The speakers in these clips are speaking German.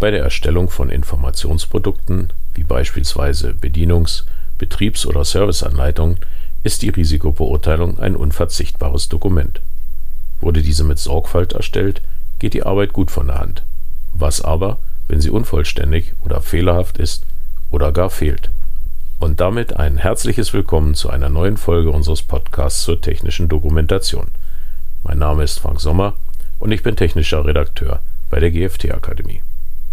Bei der Erstellung von Informationsprodukten, wie beispielsweise Bedienungs-, Betriebs- oder Serviceanleitungen, ist die Risikobeurteilung ein unverzichtbares Dokument. Wurde diese mit Sorgfalt erstellt, geht die Arbeit gut von der Hand. Was aber, wenn sie unvollständig oder fehlerhaft ist oder gar fehlt? Und damit ein herzliches Willkommen zu einer neuen Folge unseres Podcasts zur technischen Dokumentation. Mein Name ist Frank Sommer und ich bin technischer Redakteur bei der GFT-Akademie.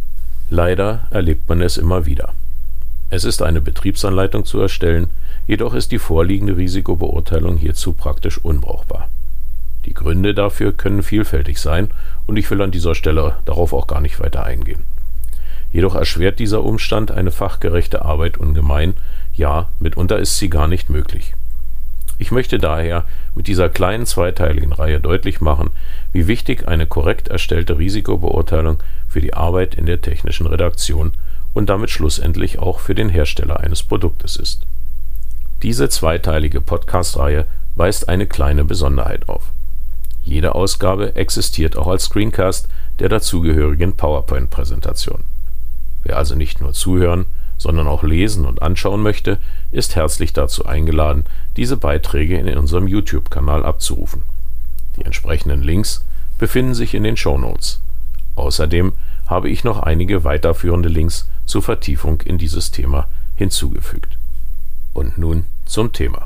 Leider erlebt man es immer wieder. Es ist eine Betriebsanleitung zu erstellen, jedoch ist die vorliegende Risikobeurteilung hierzu praktisch unbrauchbar. Die Gründe dafür können vielfältig sein und ich will an dieser Stelle darauf auch gar nicht weiter eingehen. Jedoch erschwert dieser Umstand eine fachgerechte Arbeit ungemein, ja, mitunter ist sie gar nicht möglich. Ich möchte daher mit dieser kleinen zweiteiligen Reihe deutlich machen, wie wichtig eine korrekt erstellte Risikobeurteilung für die Arbeit in der technischen Redaktion und damit schlussendlich auch für den Hersteller eines Produktes ist. Diese zweiteilige Podcast-Reihe weist eine kleine Besonderheit auf. Jede Ausgabe existiert auch als Screencast der dazugehörigen PowerPoint-Präsentation. Wer also nicht nur zuhören, sondern auch lesen und anschauen möchte, ist herzlich dazu eingeladen, diese Beiträge in unserem YouTube-Kanal abzurufen. Die entsprechenden Links befinden sich in den Shownotes. Außerdem habe ich noch einige weiterführende Links zur Vertiefung in dieses Thema hinzugefügt. Und nun zum Thema.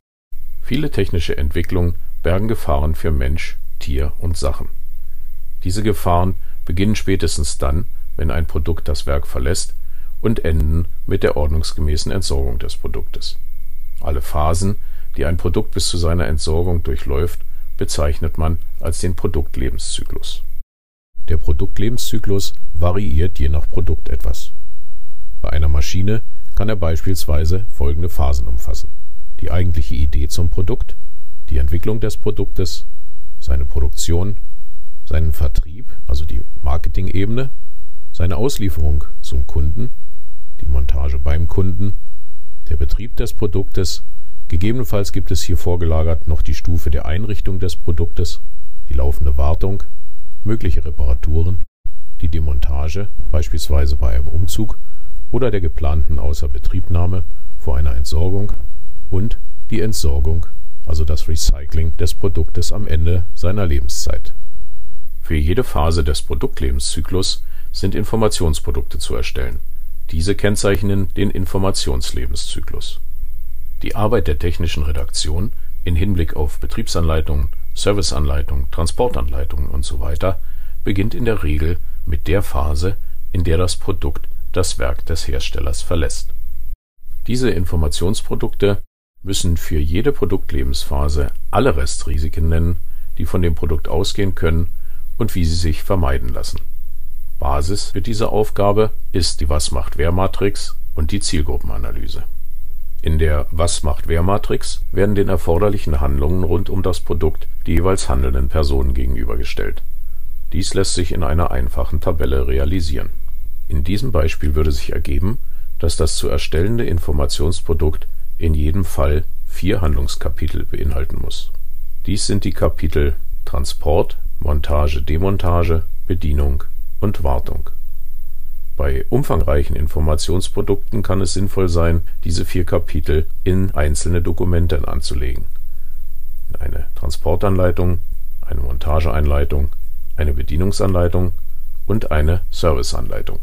Viele technische Entwicklungen bergen Gefahren für Mensch, Tier und Sachen. Diese Gefahren beginnen spätestens dann, wenn ein Produkt das Werk verlässt, und enden mit der ordnungsgemäßen Entsorgung des Produktes. Alle Phasen, die ein Produkt bis zu seiner Entsorgung durchläuft, bezeichnet man als den Produktlebenszyklus. Der Produktlebenszyklus variiert je nach Produkt etwas. Bei einer Maschine kann er beispielsweise folgende Phasen umfassen: die eigentliche Idee zum Produkt, die Entwicklung des Produktes, seine Produktion, seinen Vertrieb, also die Marketing-Ebene, seine Auslieferung zum Kunden, die Montage beim Kunden, der Betrieb des Produktes, gegebenenfalls gibt es hier vorgelagert noch die Stufe der Einrichtung des Produktes, die laufende Wartung, mögliche Reparaturen, die Demontage, beispielsweise bei einem Umzug oder der geplanten Außerbetriebnahme vor einer Entsorgung und die Entsorgung, also das Recycling des Produktes am Ende seiner Lebenszeit. Für jede Phase des Produktlebenszyklus sind Informationsprodukte zu erstellen. Diese kennzeichnen den Informationslebenszyklus. Die Arbeit der technischen Redaktion in Hinblick auf Betriebsanleitungen, Serviceanleitungen, Transportanleitungen usw. beginnt in der Regel mit der Phase, in der das Produkt das Werk des Herstellers verlässt. Diese Informationsprodukte müssen für jede Produktlebensphase alle Restrisiken nennen, die von dem Produkt ausgehen können und wie sie sich vermeiden lassen. Basis für diese Aufgabe ist die Was-macht-wer-Matrix und die Zielgruppenanalyse. In der Was-macht-wer-Matrix werden den erforderlichen Handlungen rund um das Produkt die jeweils handelnden Personen gegenübergestellt. Dies lässt sich in einer einfachen Tabelle realisieren. In diesem Beispiel würde sich ergeben, dass das zu erstellende Informationsprodukt in jedem Fall 4 Handlungskapitel beinhalten muss. Dies sind die Kapitel Transport, Montage, Demontage, Bedienung und Wartung. Bei umfangreichen Informationsprodukten kann es sinnvoll sein, diese 4 Kapitel in einzelne Dokumente anzulegen. In eine Transportanleitung, eine Montageeinleitung, eine Bedienungsanleitung und eine Serviceanleitung.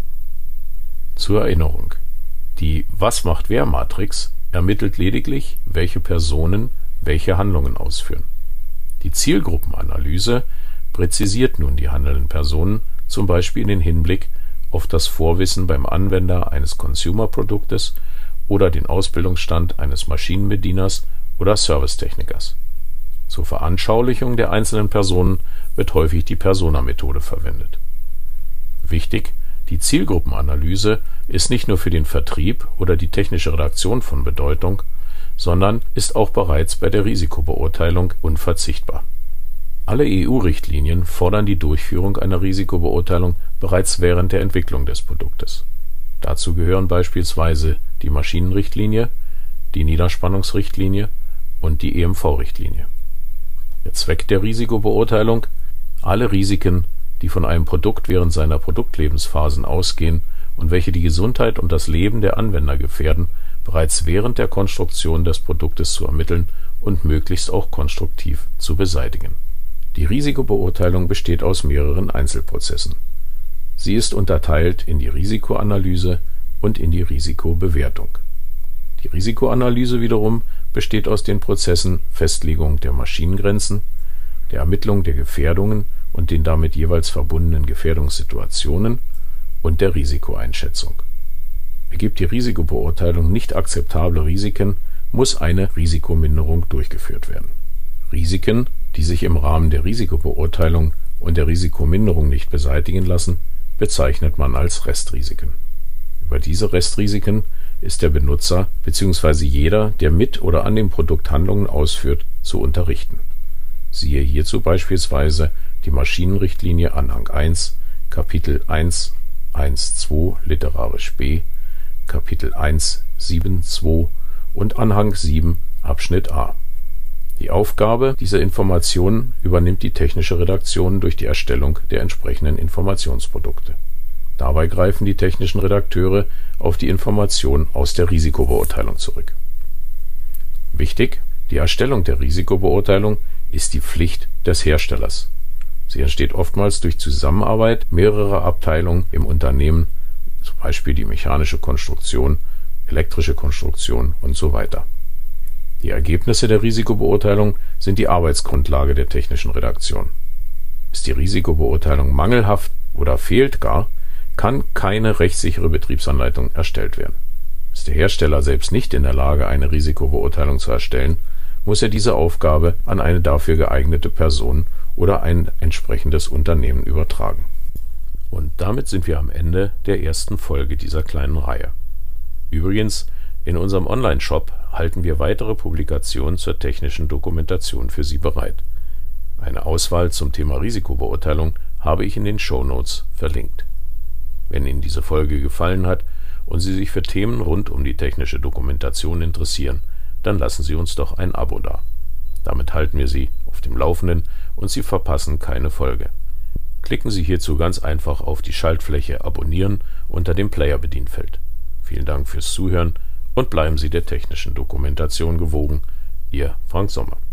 Zur Erinnerung: Die Was-macht-wer-Matrix ermittelt lediglich, welche Personen welche Handlungen ausführen. Die Zielgruppenanalyse präzisiert nun die handelnden Personen, zum Beispiel in den Hinblick auf das Vorwissen beim Anwender eines Consumer-Produktes oder den Ausbildungsstand eines Maschinenbedieners oder Servicetechnikers. Zur Veranschaulichung der einzelnen Personen wird häufig die Persona-Methode verwendet. Wichtig: Die Zielgruppenanalyse ist nicht nur für den Vertrieb oder die technische Redaktion von Bedeutung, sondern ist auch bereits bei der Risikobeurteilung unverzichtbar. Alle EU-Richtlinien fordern die Durchführung einer Risikobeurteilung bereits während der Entwicklung des Produktes. Dazu gehören beispielsweise die Maschinenrichtlinie, die Niederspannungsrichtlinie und die EMV-Richtlinie. Der Zweck der Risikobeurteilung: alle Risiken, die von einem Produkt während seiner Produktlebensphasen ausgehen und welche die Gesundheit und das Leben der Anwender gefährden, bereits während der Konstruktion des Produktes zu ermitteln und möglichst auch konstruktiv zu beseitigen. Die Risikobeurteilung besteht aus mehreren Einzelprozessen. Sie ist unterteilt in die Risikoanalyse und in die Risikobewertung. Die Risikoanalyse wiederum besteht aus den Prozessen Festlegung der Maschinengrenzen, der Ermittlung der Gefährdungen und den damit jeweils verbundenen Gefährdungssituationen und der Risikoeinschätzung. Ergibt die Risikobeurteilung nicht akzeptable Risiken, muss eine Risikominderung durchgeführt werden. Risiken, die sich im Rahmen der Risikobeurteilung und der Risikominderung nicht beseitigen lassen, bezeichnet man als Restrisiken. Über diese Restrisiken ist der Benutzer bzw. jeder, der mit oder an dem Produkt Handlungen ausführt, zu unterrichten. Siehe hierzu beispielsweise die Maschinenrichtlinie Anhang 1, Kapitel 1.1.2 literarisch B, Kapitel 1.7.2 und Anhang 7 Abschnitt A. Die Aufgabe dieser Informationen übernimmt die technische Redaktion durch die Erstellung der entsprechenden Informationsprodukte. Dabei greifen die technischen Redakteure auf die Informationen aus der Risikobeurteilung zurück. Wichtig: Die Erstellung der Risikobeurteilung ist die Pflicht des Herstellers. Sie entsteht oftmals durch Zusammenarbeit mehrerer Abteilungen im Unternehmen, zum Beispiel die mechanische Konstruktion, elektrische Konstruktion und so weiter. Die Ergebnisse der Risikobeurteilung sind die Arbeitsgrundlage der technischen Redaktion. Ist die Risikobeurteilung mangelhaft oder fehlt gar, kann keine rechtssichere Betriebsanleitung erstellt werden. Ist der Hersteller selbst nicht in der Lage, eine Risikobeurteilung zu erstellen, muss er diese Aufgabe an eine dafür geeignete Person oder ein entsprechendes Unternehmen übertragen. Und damit sind wir am Ende der ersten Folge dieser kleinen Reihe. Übrigens, in unserem Online-Shop halten wir weitere Publikationen zur technischen Dokumentation für Sie bereit. Eine Auswahl zum Thema Risikobeurteilung habe ich in den Shownotes verlinkt. Wenn Ihnen diese Folge gefallen hat und Sie sich für Themen rund um die technische Dokumentation interessieren, dann lassen Sie uns doch ein Abo da. Damit halten wir Sie auf dem Laufenden und Sie verpassen keine Folge. Klicken Sie hierzu ganz einfach auf die Schaltfläche Abonnieren unter dem Player-Bedienfeld. Vielen Dank fürs Zuhören und bleiben Sie der technischen Dokumentation gewogen. Ihr Frank Sommer.